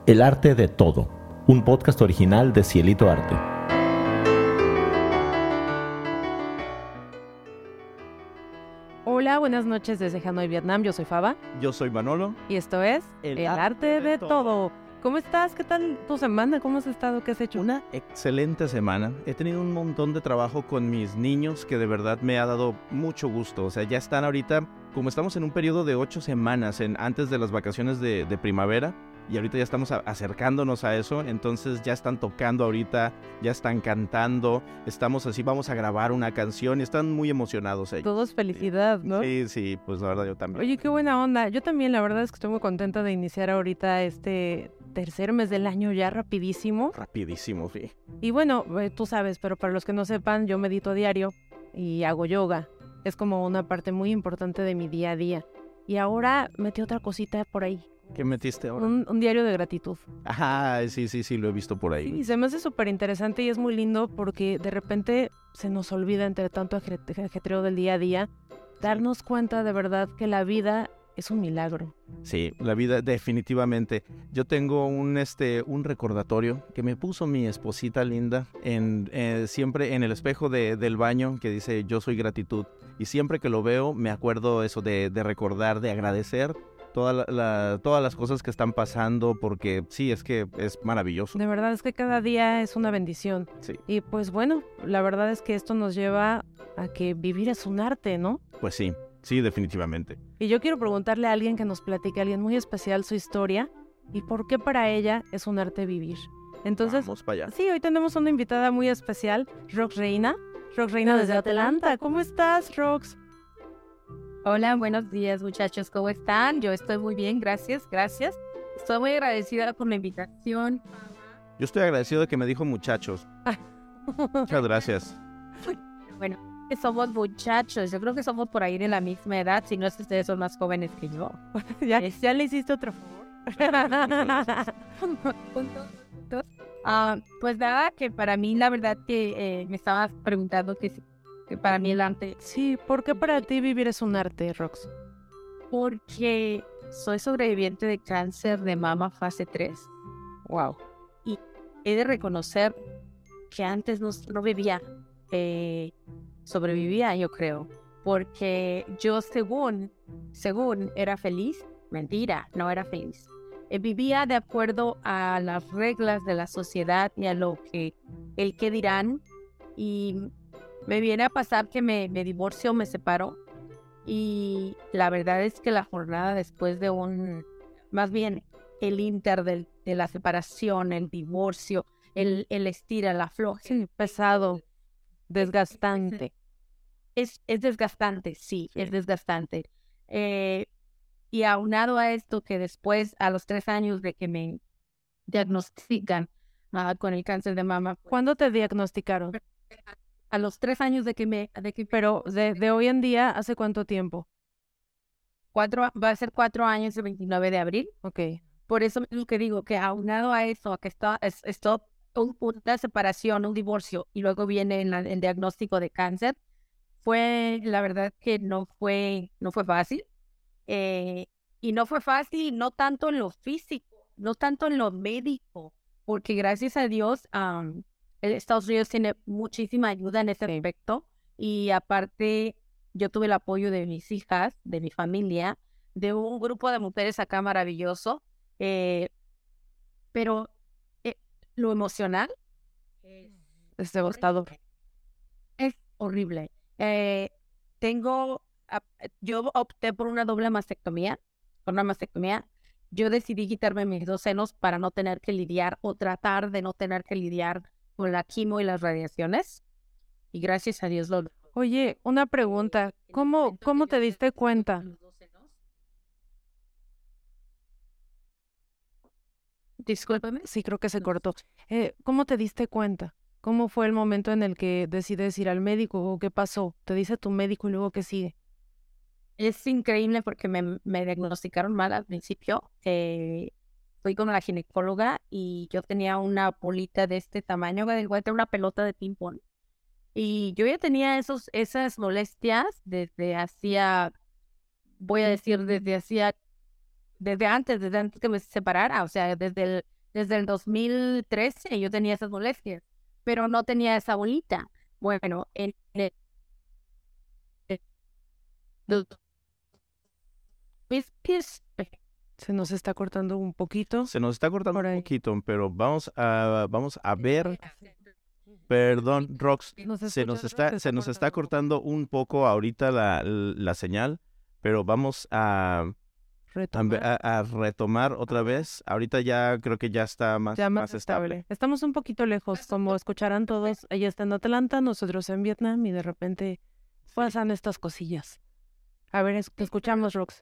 El arte de todo, un podcast original de Cielito Arte. Hola, buenas noches desde Hanoi, Vietnam. Yo soy Faba. Yo soy Manolo. Y esto es El arte de todo. ¿Cómo estás? ¿Qué tal tu semana? ¿Cómo has estado? ¿Qué has hecho? Una excelente semana. He tenido un montón de trabajo con mis niños que de verdad me ha dado mucho gusto. O sea, ya están ahorita, como estamos en un periodo de 8 semanas antes de las vacaciones de primavera, y ahorita ya estamos acercándonos a eso, entonces ya están tocando ahorita, ya están cantando, estamos así, vamos a grabar una canción y están muy emocionados ellos. Todos felicidad, ¿no? Sí, pues la verdad yo también. Oye, qué buena onda. Yo también, la verdad es que estoy muy contenta de iniciar ahorita este tercer mes del año ya rapidísimo. Rapidísimo, sí. Y bueno, tú sabes, pero para los que no sepan, yo medito a diario y hago yoga. Es como una parte muy importante de mi día a día. Y ahora metí otra cosita por ahí. ¿Qué metiste ahora? Un diario de gratitud. Ajá, sí, lo he visto por ahí. Sí, se me hace súper interesante y es muy lindo porque de repente se nos olvida entre tanto ajetreo del día a día darnos cuenta de verdad que la vida es un milagro. Sí, la vida definitivamente. Yo tengo un recordatorio que me puso mi esposita linda siempre en el espejo del baño que dice yo soy gratitud. Y siempre que lo veo me acuerdo eso de recordar, de agradecer todas las cosas que están pasando, porque sí, es que es maravilloso. De verdad es que cada día es una bendición. Sí. Y pues bueno, la verdad es que esto nos lleva a que vivir es un arte, ¿no? Pues sí, definitivamente. Y yo quiero preguntarle a alguien que nos platique, a alguien muy especial, su historia y por qué para ella es un arte vivir. Entonces, vamos para allá. Sí, hoy tenemos una invitada muy especial, Rox Reina. Rox Reina desde Atlanta. ¿Cómo estás, Rox? Hola, buenos días muchachos, ¿cómo están? Yo estoy muy bien, gracias. Estoy muy agradecida por la invitación. Yo estoy agradecido de que me dijo muchachos. Muchas gracias. Bueno, somos muchachos, yo creo que somos por ahí de la misma edad, si no es que ustedes son más jóvenes que yo. ¿Ya le hiciste otro favor? Pues nada, que para mí la verdad que me estabas preguntando que para mí el arte... Sí, ¿por qué para ti vivir es un arte, Rox? Porque soy sobreviviente de cáncer de mama fase 3. Wow. Y he de reconocer que antes no vivía, sobrevivía yo creo, porque yo según era feliz, mentira, no era feliz. Vivía de acuerdo a las reglas de la sociedad y a lo que el que dirán, y me viene a pasar que me divorcio, me separo, y la verdad es que la jornada después de más bien el inter de la separación, el divorcio, el estira, la afloje. Sí, pesado, desgastante. Es desgastante, sí, es desgastante. Y aunado a esto que después, a los 3 años de que me diagnostican con el cáncer de mama. ¿Cuándo te diagnosticaron? A los 3 años Pero de hoy en día, ¿hace cuánto tiempo? Va a ser 4 años el 29 de abril. Ok. Por eso es lo que digo, que aunado a eso, a que está una separación, un divorcio, y luego viene el diagnóstico de cáncer, la verdad que no fue fácil. Y no fue fácil, no tanto en lo físico, no tanto en lo médico, porque gracias a Dios, Estados Unidos tiene muchísima ayuda en ese aspecto, y aparte yo tuve el apoyo de mis hijas, de mi familia, de un grupo de mujeres acá maravilloso, pero lo emocional Es devastador. es horrible. Yo opté por una doble mastectomía, Yo decidí quitarme mis 2 senos para no tener que lidiar o tratar de no tener que lidiar con la quimio y las radiaciones. Y gracias a Dios lo... Oye, una pregunta. ¿Cómo te diste cuenta? Discúlpame. Sí, creo que se cortó. ¿Cómo te diste cuenta? ¿Cómo fue el momento en el que decides ir al médico o qué pasó? ¿Te dice tu médico y luego qué sigue? Es increíble porque me diagnosticaron mal al principio. Fui con la ginecóloga y yo tenía una bolita de este tamaño, una pelota de ping-pong. Y yo ya tenía esas molestias desde hacía, voy a decir, desde antes que me separara, o sea, desde desde el 2013 yo tenía esas molestias, pero no tenía esa bolita. Bueno, en el mis pies, Se nos está cortando un poquito. Se nos está cortando Por un ahí. poquito, pero vamos a ver. Perdón, Rox, ¿Nos se nos escuchas, Rox? se nos está cortando un poco ahorita la señal, pero vamos Retomar. a retomar otra vez. Ahorita ya creo que ya está Ya más más estable. Estamos un poquito lejos, como escucharán todos. Ella está en Atlanta, nosotros en Vietnam y de repente pasan estas cosillas. A ver, te escuchamos, Rox.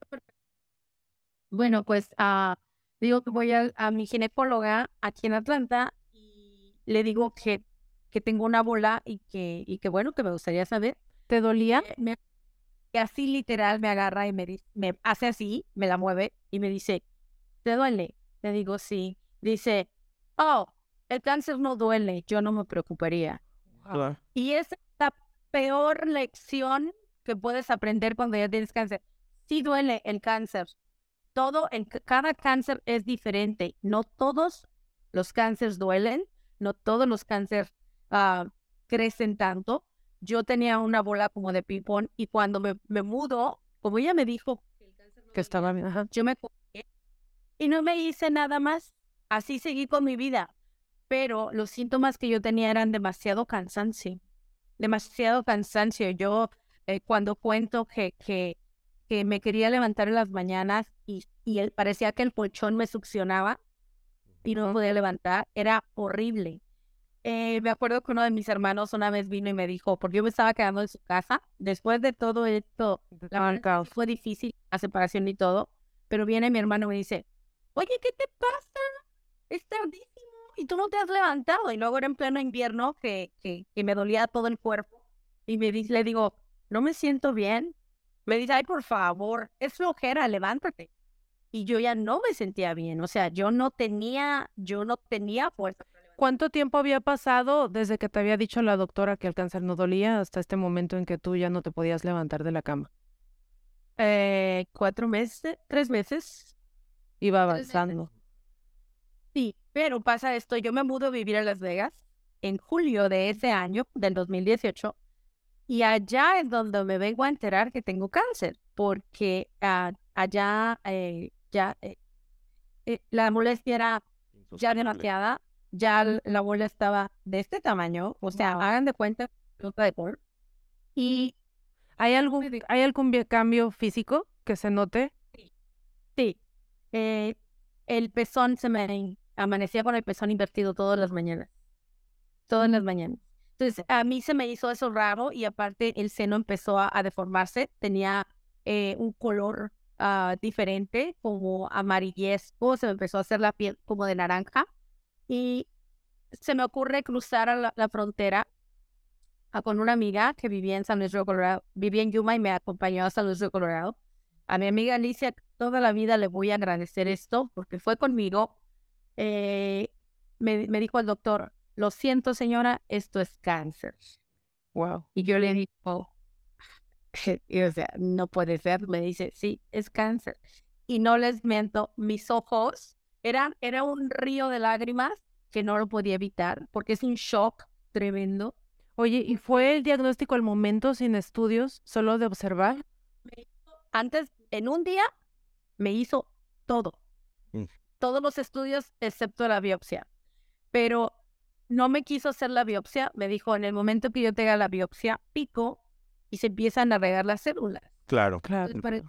bueno, pues digo que voy a mi ginecóloga aquí en Atlanta y le digo que tengo una bola y que bueno, que me gustaría saber. ¿Te dolía? Que así literal me agarra y me hace así, me la mueve y me dice, ¿te duele? Le digo, sí. Dice, oh, el cáncer no duele, yo no me preocuparía. Ah, Y esa es la peor lección que puedes aprender cuando ya tienes cáncer. Sí duele el cáncer. Cada cáncer es diferente. No todos los cánceres duelen, no todos los cánceres crecen tanto. Yo tenía una bola como de ping-pong y cuando me mudo, como ella me dijo Que estaba bien. Ajá. yo me colgué y no me hice nada más. Así seguí con mi vida. Pero los síntomas que yo tenía eran demasiado cansancio. Demasiado cansancio. Yo cuando cuento que me quería levantar en las mañanas y parecía que el colchón me succionaba y no me podía levantar, era horrible. Me acuerdo que uno de mis hermanos una vez vino y me dijo, porque yo me estaba quedando en su casa, después de todo esto, la verdad fue difícil, la separación y todo, pero viene mi hermano y me dice, oye, ¿qué te pasa? Es tardísimo y tú no te has levantado. Y luego era en pleno invierno que me dolía todo el cuerpo y le digo, no me siento bien. Me dice, ay, por favor, es flojera, levántate. Y yo ya no me sentía bien, o sea, yo no tenía fuerza. ¿Cuánto tiempo había pasado desde que te había dicho la doctora que el cáncer no dolía hasta este momento en que tú ya no te podías levantar de la cama? 4 meses, 3 meses. Iba 3 meses. avanzando. Sí, pero pasa esto, yo me mudo a vivir a Las Vegas en julio de ese año, del 2018, y allá es donde me vengo a enterar que tengo cáncer, porque allá la molestia era ya demasiada, ya la bola estaba de este tamaño, o sea, Wow. hagan de cuenta, pelota de golf. Y ¿Hay algún cambio físico que se note? sí, el pezón amanecía con el pezón invertido todas las mañanas. Todas las mañanas. Entonces, a mí se me hizo eso raro y aparte el seno empezó a deformarse. Tenía un color diferente, como amarillesco. Se me empezó a hacer la piel como de naranja. Y se me ocurre cruzar a la frontera con una amiga que vivía en San Luis Río Colorado. Vivía en Yuma y me acompañó a San Luis Río Colorado. A mi amiga Alicia, toda la vida le voy a agradecer esto porque fue conmigo. Me dijo el doctor, lo siento señora, esto es cáncer. Wow. Y yo le digo, y, o sea, no puede ser. Me dice, sí, es cáncer. Y no les miento, mis ojos era un río de lágrimas que no lo podía evitar porque es un shock tremendo. Oye, ¿y fue el diagnóstico al momento sin estudios, solo de observar? Antes, en un día, me hizo todo. Todos los estudios excepto la biopsia. Pero no me quiso hacer la biopsia. Me dijo, en el momento que yo te haga la biopsia, pico y se empiezan a regar las células. claro. Claro. Entonces,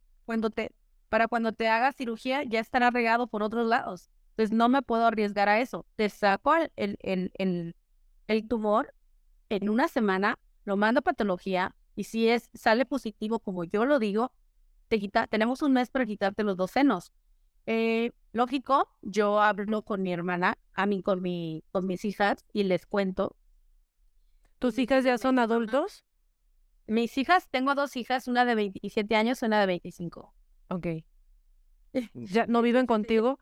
para cuando te haga cirugía, ya estará regado por otros lados. Entonces, no me puedo arriesgar a eso. Te saco el tumor en una semana, lo mando a patología y si sale positivo, como yo lo digo, tenemos un mes para quitarte los 2 senos. Lógico, yo hablo con mi hermana, con mis hijas y les cuento. ¿Tus hijas ya son adultos? Mis hijas, tengo 2 hijas, una de 27 años y una de 25. Ok. ¿Ya no viven contigo?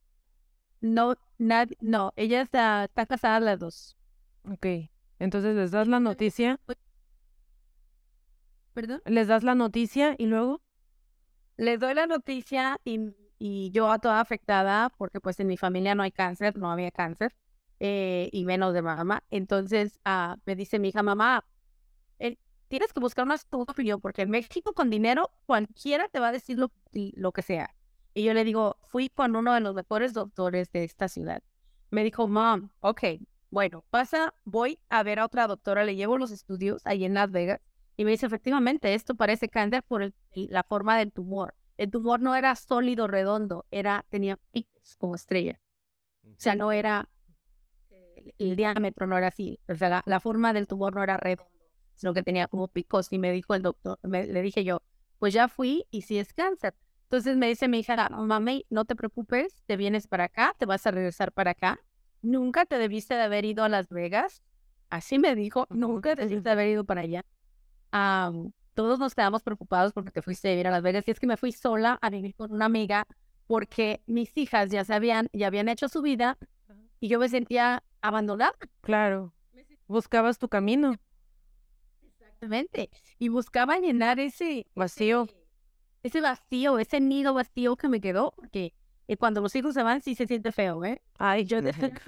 No, ellas están casadas las 2. Ok. Entonces les das la noticia. ¿Perdón? Les das la noticia y luego. Les doy la noticia y y yo toda afectada porque pues en mi familia no hay cáncer, no había cáncer, y menos de mamá. Entonces me dice mi hija, mamá, eh, tienes que buscar una segunda opinión porque en México con dinero cualquiera te va a decir lo que sea. Y yo le digo, fui con uno de los mejores doctores de esta ciudad. Me dijo, Mom, ok, bueno, voy a ver a otra doctora, le llevo los estudios ahí en Las Vegas y me dice, efectivamente, esto parece cáncer por la forma del tumor. El tumor no era sólido, redondo, tenía picos como estrella. O sea, no era, el diámetro no era así. O sea, la forma del tumor no era redondo, sino que tenía como picos. Y me dijo el doctor, le dije yo, pues ya fui y sí es cáncer. Entonces me dice mi hija, mami, no te preocupes, te vienes para acá, te vas a regresar para acá. Nunca te debiste de haber ido a Las Vegas. Así me dijo, nunca te debiste de haber ido para allá. Todos nos quedamos preocupados porque te fuiste a vivir a Las Vegas. Y es que me fui sola a vivir con una amiga porque mis hijas ya habían hecho su vida y yo me sentía abandonada. Buscabas tu camino. Exactamente. Y buscaba llenar ese vacío, ese nido vacío que me quedó, porque cuando los hijos se van sí se siente feo, ¿eh? Ay, yo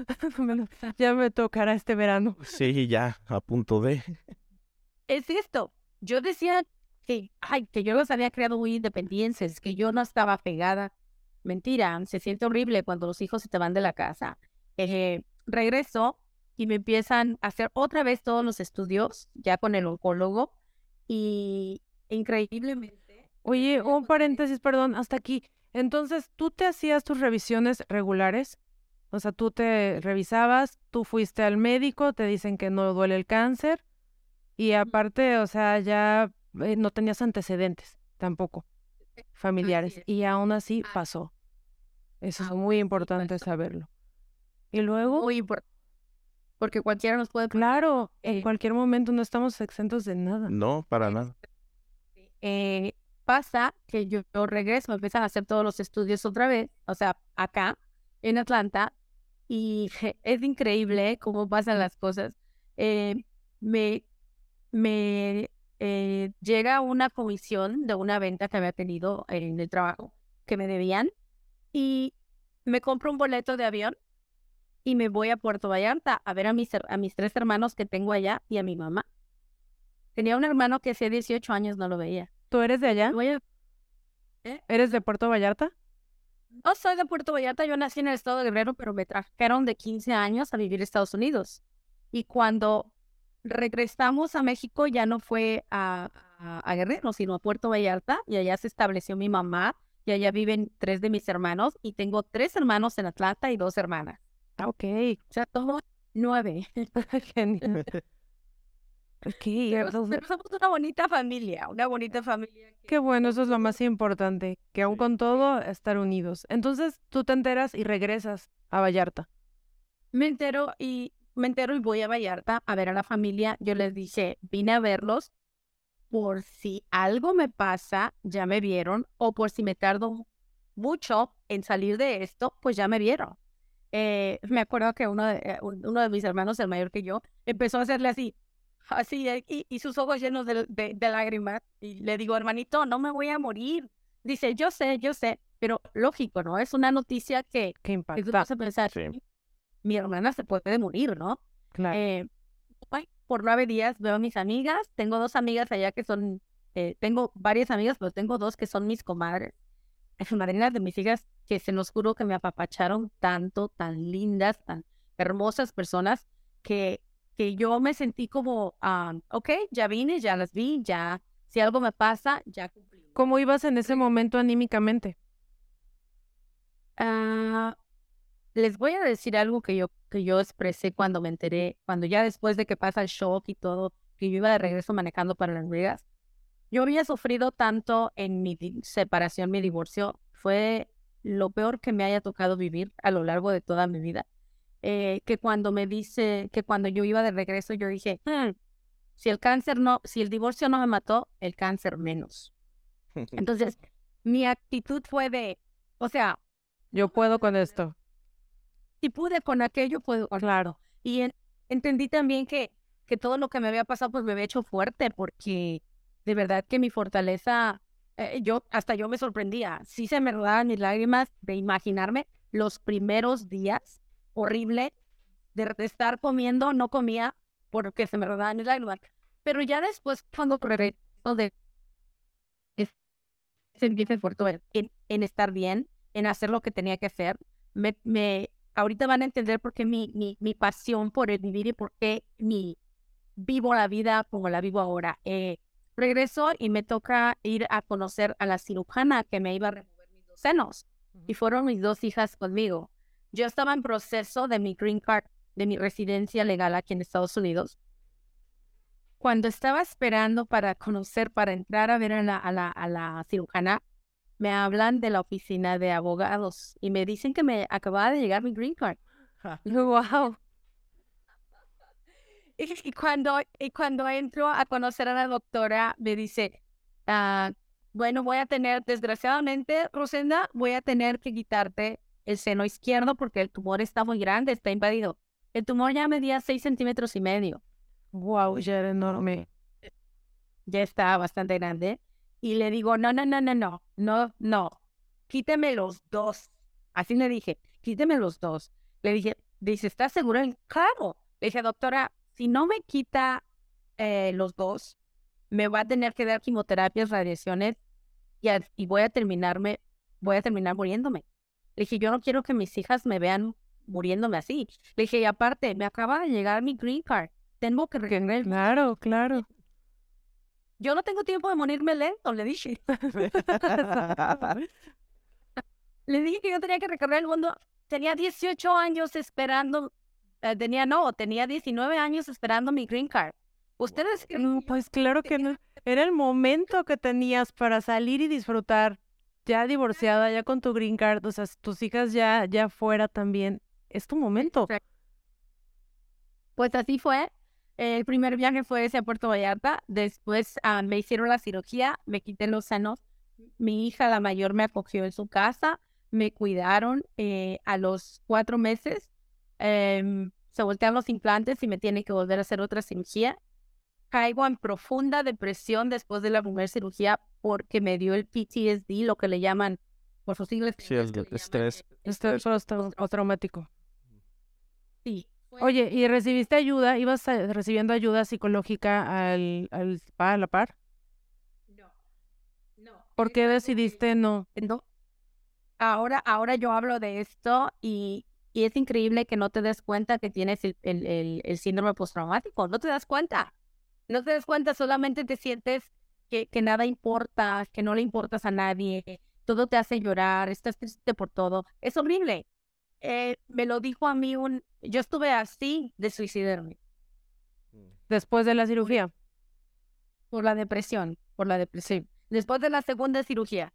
ya me tocará este verano. Sí, ya, a punto de. Es esto. Yo decía que yo los había creado muy independientes, que yo no estaba pegada. Mentira, se siente horrible cuando los hijos se te van de la casa. Regreso y me empiezan a hacer otra vez todos los estudios, ya con el oncólogo, y increíblemente... Oye, un paréntesis, perdón, hasta aquí. Entonces, ¿tú te hacías tus revisiones regulares? O sea, tú te revisabas, tú fuiste al médico, te dicen que no duele el cáncer y aparte, o sea, ya no tenías antecedentes tampoco familiares y aún así pasó. Eso es muy importante saberlo. Y luego, Muy importante, porque cualquiera nos puede... claro, en cualquier momento no estamos exentos de nada. No, para nada. Pasa que yo regreso, me empiezan a hacer todos los estudios otra vez, o sea, acá, en Atlanta, y es increíble cómo pasan las cosas. Me llega una comisión de una venta que había tenido en el trabajo, que me debían, y me compro un boleto de avión y me voy a Puerto Vallarta a ver a mis 3 hermanos que tengo allá y a mi mamá. Tenía un hermano que hace 18 años no lo veía. ¿Tú eres de allá? ¿Eres de Puerto Vallarta? No soy de Puerto Vallarta, yo nací en el estado de Guerrero, pero me trajeron de 15 años a vivir a Estados Unidos. Y cuando regresamos a México ya no fue a Guerrero, sino a Puerto Vallarta, y allá se estableció mi mamá, y allá viven 3 de mis hermanos, y tengo 3 hermanos en Atlanta y 2 hermanas. Ok. O sea, todo 9. Genial. Pero somos una bonita familia, Qué bueno, eso es lo más importante, que aún con todo, estar unidos. Entonces, tú te enteras y regresas a Vallarta. Me entero y voy a Vallarta a ver a la familia. Yo les dije, vine a verlos por si algo me pasa, ya me vieron, o por si me tardo mucho en salir de esto, pues ya me vieron. Me acuerdo que uno de mis hermanos, el mayor que yo, empezó a hacerle así, y sus ojos llenos de lágrimas. Y le digo, hermanito, no me voy a morir. Dice, yo sé, pero lógico, ¿no? Es una noticia que impacta. tú vas a pensar, Sí. mi hermana se puede morir, ¿no? Claro. Por 9 días veo a mis amigas. Tengo 2 amigas allá que son, tengo varias amigas, pero tengo 2 que son mis comadres. Es madrinas de mis hijas que se los juro que me apapacharon tanto, tan lindas, tan hermosas personas, que yo me sentí como, ok, ya vine, ya las vi, ya, si algo me pasa, ya cumplí. ¿Cómo ibas en ese momento anímicamente? Les voy a decir algo que yo expresé cuando me enteré, cuando ya después de que pasa el shock y todo, que yo iba de regreso manejando para Las Vegas. Yo había sufrido tanto en mi separación, mi divorcio. Fue lo peor que me haya tocado vivir a lo largo de toda mi vida. Que cuando yo iba de regreso, yo dije, si el divorcio no me mató, el cáncer menos. Entonces, mi actitud fue o sea, yo puedo con esto. Si pude con aquello, puedo con claro. Y entendí también que todo lo que me había pasado, pues me había hecho fuerte, porque de verdad que mi fortaleza yo me sorprendía. Sí se me rodaban mis lágrimas de imaginarme los primeros días horrible de estar comiendo, no comía porque se me rodaban mis lágrimas. Pero ya después, cuando regreso se empieza a esfuerzo en estar bien, en hacer lo que tenía que hacer. Ahorita van a entender por qué mi pasión por el vivir y por qué vivo la vida como la vivo ahora. Regreso y me toca ir a conocer a la cirujana que me iba a remover mis 2 senos. Y fueron mis 2 hijas conmigo. Yo estaba en proceso de mi green card, de mi residencia legal aquí en Estados Unidos. Cuando estaba esperando para entrar a ver a la cirujana, me hablan de la oficina de abogados y me dicen que me acababa de llegar mi green card. ¡Wow! Y cuando entro a conocer a la doctora, me dice, bueno, desgraciadamente, Rosenda, voy a tener que quitarte el seno izquierdo porque el tumor está muy grande, está invadido. El tumor ya medía 6,5 centímetros. Wow, ya era enorme. Ya está bastante grande. Y le digo, no, quíteme los 2. Así le dije, quíteme los 2. Le dije, dice, ¿estás segura? Claro. Le dije, doctora, si no me quita los 2, me va a tener que dar quimioterapias, radiaciones y voy a terminar muriéndome. Le dije, yo no quiero que mis hijas me vean muriéndome así. Le dije, y aparte, me acaba de llegar mi green card. Tengo que recorrer. Claro. Yo no tengo tiempo de morirme lento, le dije. Le dije que yo tenía que recorrer el mundo. Tenía 18 años esperando. Tenía 19 años esperando mi green card. ¿Ustedes creen? No, pues claro que no. Era el momento que tenías para salir y disfrutar. Ya divorciada, ya con tu green card, o sea, tus hijas ya fuera también. Es tu momento. Pues así fue. El primer viaje fue hacia Puerto Vallarta. Después me hicieron la cirugía, me quité los senos. Mi hija, la mayor, me acogió en su casa. Me cuidaron a los 4 meses. Se voltean los implantes y me tienen que volver a hacer otra cirugía. Caigo en profunda depresión después de la primera cirugía porque me dio el PTSD, lo que le llaman, por sus siglas. Sí, el estrés. Estrés traumático. Sí. Oye, ¿y recibiste ayuda? ¿Ibas recibiendo ayuda psicológica a la par? No. ¿Por qué decidiste no? No. Ahora yo hablo de esto y es increíble que no te des cuenta que tienes el síndrome postraumático. No te das cuenta. No te das cuenta, solamente te sientes que nada importa, que no le importas a nadie, todo te hace llorar, estás triste por todo. Es horrible. Me lo dijo a mí yo estuve así de suicidarme. Después de la cirugía. Por la depresión. Después de la segunda cirugía.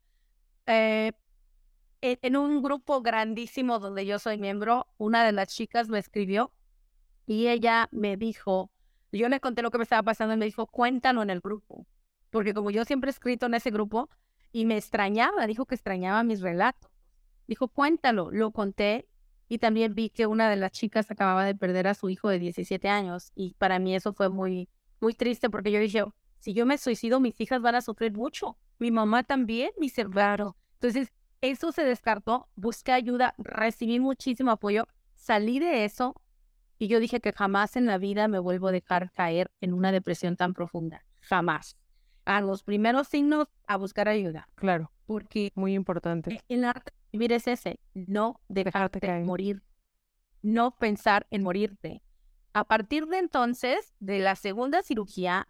En un grupo grandísimo donde yo soy miembro, una de las chicas me escribió y ella me dijo, yo le conté lo que me estaba pasando y me dijo, cuéntalo en el grupo. Porque como yo siempre he escrito en ese grupo y me extrañaba, dijo que extrañaba mis relatos. Dijo, cuéntalo. Lo conté y también vi que una de las chicas acababa de perder a su hijo de 17 años y para mí eso fue muy, muy triste porque yo dije, si yo me suicido, mis hijas van a sufrir mucho. Mi mamá también, mis hermanos. Entonces, eso se descartó, busqué ayuda, recibí muchísimo apoyo, salí de eso y yo dije que jamás en la vida me vuelvo a dejar caer en una depresión tan profunda. Jamás. A los primeros signos, a buscar ayuda. Claro, Porque muy importante. el arte de vivir es ese, no dejarte caer. morir, no pensar en morirte. A partir de entonces, de la segunda cirugía,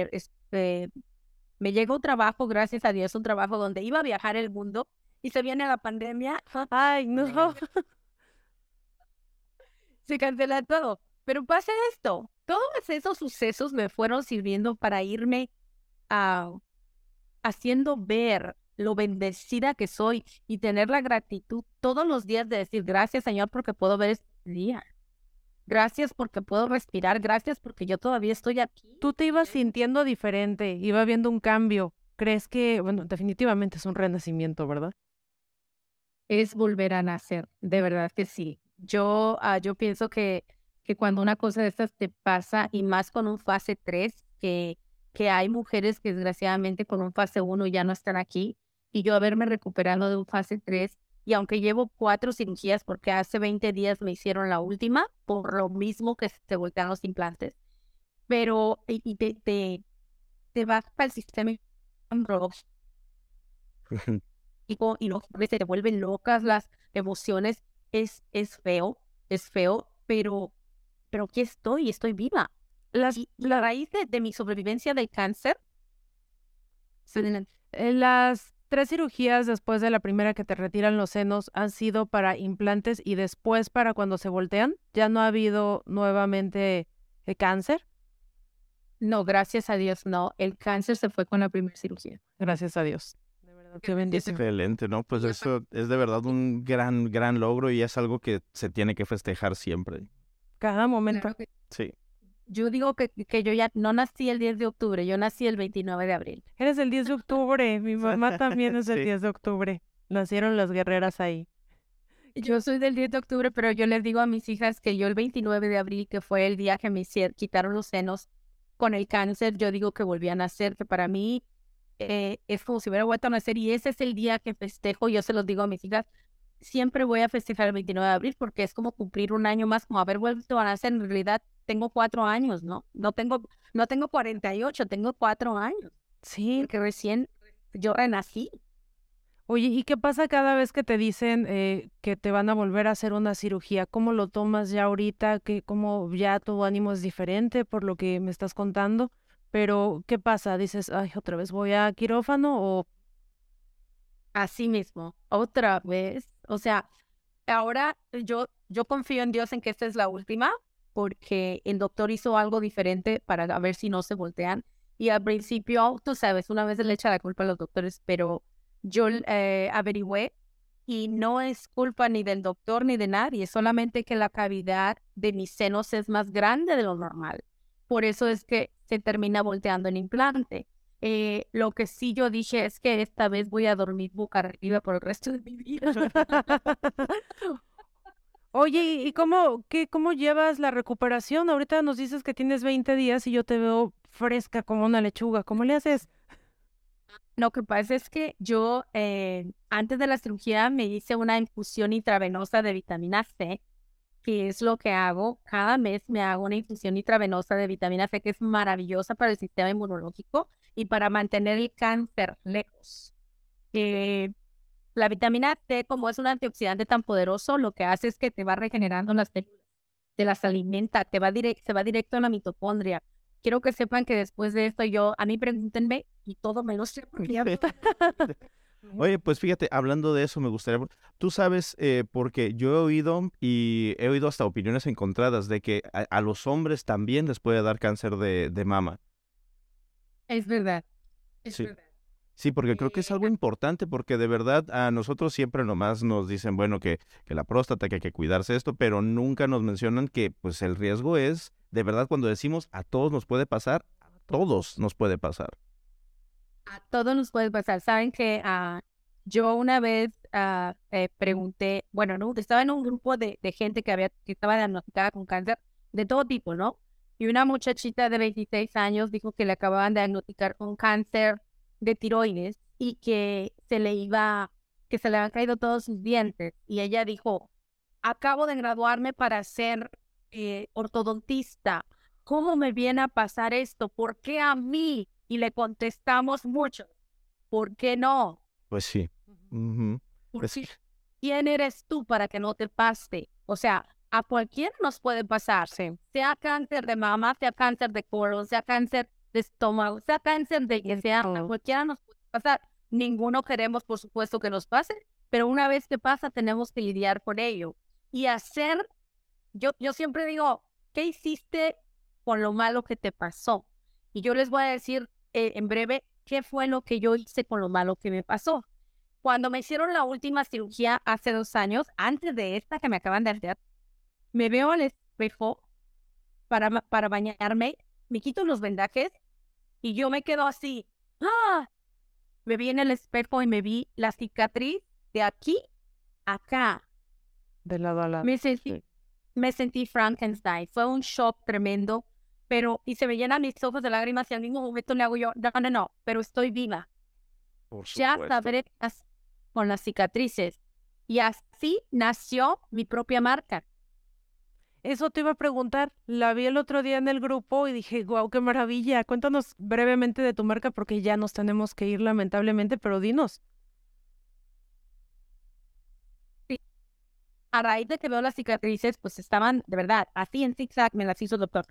me llegó un trabajo, gracias a Dios, un trabajo donde iba a viajar el mundo y se viene la pandemia. Ay, no. Se cancela todo. Pero pasa esto. Todos esos sucesos me fueron sirviendo para irme haciendo ver lo bendecida que soy y tener la gratitud todos los días de decir gracias, Señor, porque puedo ver este día. Gracias porque puedo respirar. Gracias porque yo todavía estoy aquí. Tú te ibas sintiendo diferente, iba viendo un cambio. ¿Crees que, bueno, definitivamente es un renacimiento, ¿verdad? Es volver a nacer, de verdad que sí. Yo pienso que cuando una cosa de estas te pasa, y más con un fase 3, que que hay mujeres que desgraciadamente con un fase 1 ya no están aquí, y yo haberme recuperado de un fase 3, y aunque llevo 4 cirugías, porque hace 20 días me hicieron la última, por lo mismo que se voltean los implantes, pero te baja el sistema inmunológico y los se te vuelven locas las emociones, es feo, pero aquí estoy viva. La raíz de mi sobrevivencia del cáncer, Las 3 cirugías después de la primera que te retiran los senos han sido para implantes y después para cuando se voltean. ¿Ya no ha habido nuevamente cáncer? no, gracias a Dios, no. El cáncer se fue con la primera cirugía. Gracias a Dios. De verdad, qué bendición. Excelente, ¿no? Pues eso es de verdad un gran logro y es algo que se tiene que festejar siempre. Cada momento. Claro que- Sí. Yo digo que yo ya no nací el 10 de octubre, yo nací el 29 de abril. Eres el 10 de octubre. Mi mamá también es el Sí. 10 de octubre. Nacieron las guerreras ahí. Yo soy del 10 de octubre, pero yo les digo a mis hijas que yo el 29 de abril, que fue el día que me quitaron los senos con el cáncer, yo digo que volví a nacer, que para mí es como si hubiera vuelto a nacer, y ese es el día que festejo. Yo se los digo a mis hijas, siempre voy a festejar el 29 de abril porque es como cumplir un año más, como haber vuelto a nacer. En realidad tengo 4 años, ¿no? No tengo 48, tengo 4 años, Sí. porque recién yo renací. Oye, ¿y qué pasa cada vez que te dicen que te van a volver a hacer una cirugía? ¿Cómo lo tomas ya ahorita? ¿Cómo ya tu ánimo es diferente por lo que me estás contando? Pero, ¿qué pasa? ¿Dices, ay, otra vez voy a quirófano o Así mismo, otra vez. O sea, ahora yo confío en Dios en que esta es la última, porque el doctor hizo algo diferente para ver si no se voltean. Y al principio, tú sabes, una vez le echa la culpa a los doctores, pero yo averigüé y no es culpa ni del doctor ni de nadie, solamente que la cavidad de mis senos es más grande de lo normal. Por eso es que se termina volteando el implante. Lo que sí yo dije es que esta vez voy a dormir boca arriba por el resto de mi vida. Oye, ¿y cómo llevas la recuperación? Ahorita nos dices que tienes 20 días y yo te veo fresca como una lechuga. ¿Cómo le haces? Lo que pasa es que yo antes de la cirugía me hice una infusión intravenosa de vitamina C, que es lo que hago. Cada mes me hago una infusión intravenosa de vitamina C, que es maravillosa para el sistema inmunológico y para mantener el cáncer lejos. La vitamina C, como es un antioxidante tan poderoso, lo que hace es que te va regenerando las células, te las alimenta, se va directo a la mitocondria. Quiero que sepan que después de esto a mí pregúntenme y todo me lo sé. Oye, pues fíjate, hablando de eso, me gustaría, tú sabes, porque yo he oído hasta opiniones encontradas de que a los hombres también les puede dar cáncer de mama. Es verdad, Sí. Sí, porque creo que es algo importante, porque de verdad a nosotros siempre nomás nos dicen, bueno, que la próstata, que hay que cuidarse esto, pero nunca nos mencionan que pues el riesgo es, de verdad, cuando decimos a todos nos puede pasar, a todos nos puede pasar. A todos nos puede pasar. Saben que yo una vez pregunté, bueno, no, estaba en un grupo de gente que estaba diagnosticada con cáncer de todo tipo, ¿no? Y una muchachita de 26 años dijo que le acababan de diagnosticar con cáncer de tiroides y que se le habían caído todos sus dientes. Y ella dijo, acabo de graduarme para ser ortodontista. ¿Cómo me viene a pasar esto? ¿Por qué a mí? Y le contestamos mucho, ¿por qué no? Pues sí. Ujú. ¿Por qué? ¿Quién eres tú para que no te pase? O sea, a cualquiera nos puede pasar, sea cáncer de mama, sea cáncer de colon, sea cáncer de estómago, sea cáncer de que sea, a cualquiera nos puede pasar. Ninguno queremos, por supuesto, que nos pase, pero una vez que pasa tenemos que lidiar con ello. Y yo siempre digo, ¿qué hiciste con lo malo que te pasó? Y yo les voy a decir en breve qué fue lo que yo hice con lo malo que me pasó. Cuando me hicieron la última cirugía hace 2 años, antes de esta que me acaban de hacer, me veo al espejo para bañarme, me quito los vendajes y yo me quedo así. ¡Ah! Me vi en el espejo y me vi la cicatriz de aquí a acá. De lado a lado. Me sentí Frankenstein. Fue un shock tremendo. y se me llenan mis ojos de lágrimas y al mismo momento le hago yo, no, pero estoy viva. Por Ya supuesto. sabré con las cicatrices. Y así nació mi propia marca. Eso te iba a preguntar. La vi el otro día en el grupo y dije, wow, qué maravilla. Cuéntanos brevemente de tu marca porque ya nos tenemos que ir lamentablemente, pero dinos. A raíz de que veo las cicatrices, pues estaban, de verdad, así en zigzag me las hizo el doctor.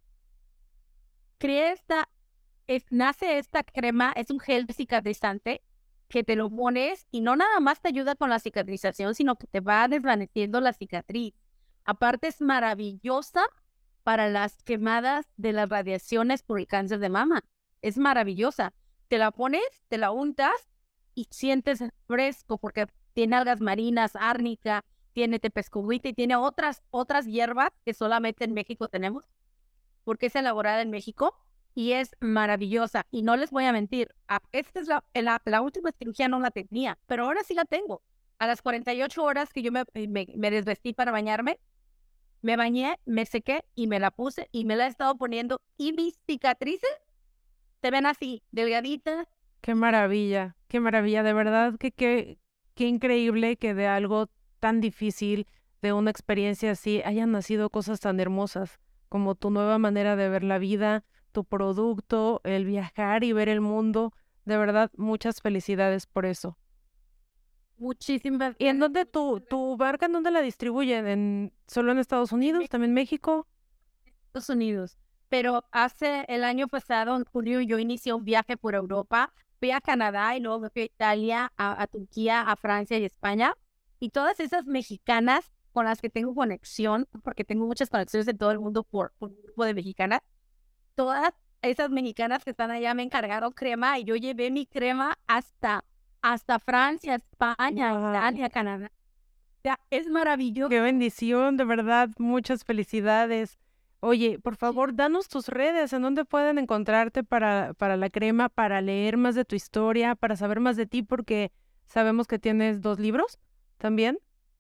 Creé nace esta crema, es un gel cicatrizante que te lo pones y no nada más te ayuda con la cicatrización, sino que te va desvaneciendo la cicatriz. Aparte es maravillosa para las quemadas de las radiaciones por el cáncer de mama. Es maravillosa. Te la pones, te la untas y sientes fresco porque tiene algas marinas, árnica, tiene tepescohuite y tiene otras hierbas que solamente en México tenemos porque es elaborada en México y es maravillosa. Y no les voy a mentir, esta es la última cirugía no la tenía, pero ahora sí la tengo. A las 48 horas que yo me desvestí para bañarme, me bañé, me sequé y me la puse y me la he estado poniendo. Y mis cicatrices se ven así, delgaditas. Qué maravilla, de verdad que qué increíble que de algo tan difícil, de una experiencia así, hayan nacido cosas tan hermosas como tu nueva manera de ver la vida, tu producto, el viajar y ver el mundo. De verdad, muchas felicidades por eso. Muchísimas. ¿Y en dónde tu marca, en dónde la distribuyen? ¿Solo en Estados Unidos? ¿También México? Estados Unidos. Pero hace el año pasado, en julio, yo inicié un viaje por Europa. Fui a Canadá y luego me fui a Italia, a Turquía, a Francia y España. Y todas esas mexicanas con las que tengo conexión, porque tengo muchas conexiones de todo el mundo por un grupo de mexicanas, todas esas mexicanas que están allá me encargaron crema y yo llevé mi crema hasta Francia, España, Italia, Canadá. O sea, es maravilloso. Qué bendición, de verdad, muchas felicidades. Oye, por favor, danos tus redes, en dónde pueden encontrarte para la crema, para leer más de tu historia, para saber más de ti, porque sabemos que tienes 2 libros también.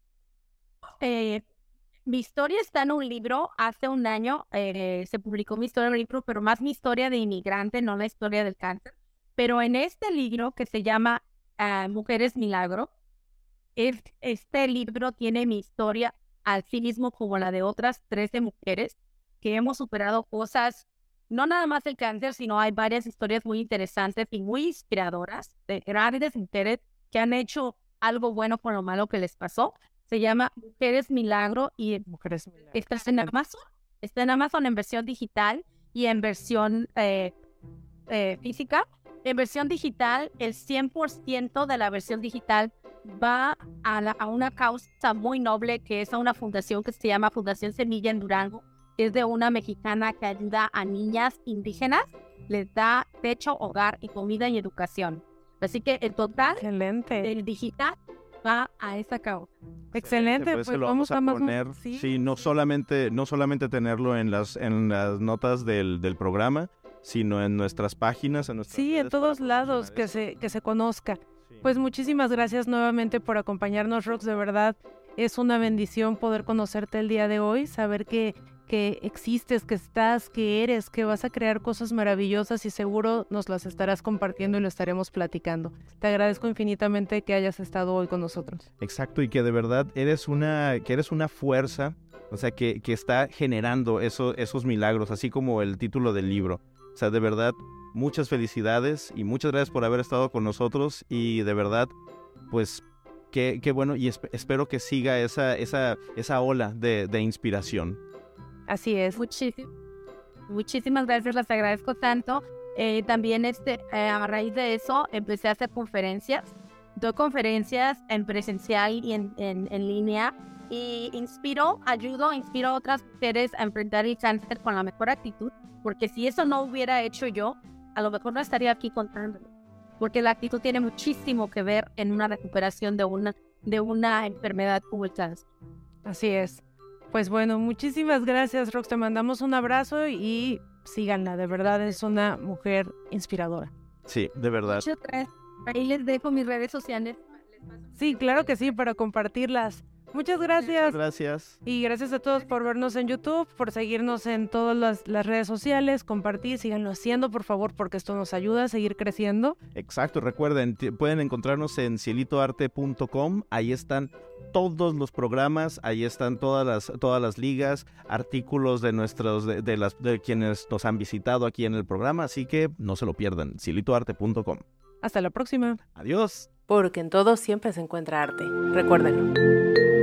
Mi historia está en un libro, hace un año se publicó mi historia en un libro, pero más mi historia de inmigrante, no la historia del cáncer. Pero en este libro que se llama Mujeres Milagro, este libro tiene mi historia al sí mismo como la de otras 13 mujeres que hemos superado cosas, no nada más el cáncer, sino hay varias historias muy interesantes y muy inspiradoras de grandes mujeres que han hecho algo bueno con lo malo que les pasó. Se llama Mujeres Milagro y Mujeres Milagro. está en Amazon. Está en Amazon en versión digital y en versión física. En versión digital, el 100% de la versión digital va a una causa muy noble que es a una fundación que se llama Fundación Semilla en Durango. Es de una mexicana que ayuda a niñas indígenas, les da techo, hogar y comida y educación. Así que el total del digital va a esa causa. Excelente, pues lo vamos a poner, sí, no solamente tenerlo en las notas del programa, sino en nuestras páginas, en nuestras en todos lados que se conozca. Sí. Pues muchísimas gracias nuevamente por acompañarnos, Rox, de verdad es una bendición poder conocerte el día de hoy, saber que existes, que estás, que eres, que vas a crear cosas maravillosas y seguro nos las estarás compartiendo y lo estaremos platicando. Te agradezco infinitamente que hayas estado hoy con nosotros. Exacto, y que de verdad eres una fuerza, o sea, que está generando esos milagros, así como el título del libro. O sea, de verdad, muchas felicidades y muchas gracias por haber estado con nosotros y de verdad, pues, qué bueno y espero que siga esa ola de inspiración. Así es. Muchísimas gracias, las agradezco tanto. También a raíz de eso empecé a hacer conferencias. Doy conferencias en presencial y en línea y inspiro a otras mujeres a enfrentar el cáncer con la mejor actitud, porque si eso no hubiera hecho yo, a lo mejor no estaría aquí contándolo, porque la actitud tiene muchísimo que ver en una recuperación de una enfermedad como el cáncer. Así es. Pues bueno, muchísimas gracias, Rox. Te mandamos un abrazo y síganla. De verdad es una mujer inspiradora. Sí, de verdad. Muchas gracias. Ahí les dejo mis redes sociales. Sí, claro que sí, para compartirlas. Muchas gracias. Gracias. Y gracias a todos por vernos en YouTube, por seguirnos en todas las redes sociales, compartir, síganlo haciendo, por favor, porque esto nos ayuda a seguir creciendo. Exacto, recuerden, pueden encontrarnos en cielitoarte.com, ahí están todos los programas, ahí están todas las ligas, artículos de quienes nos han visitado aquí en el programa, así que no se lo pierdan, cielitoarte.com. Hasta la próxima. Adiós. Porque en todo siempre se encuentra arte. Recuérdenlo.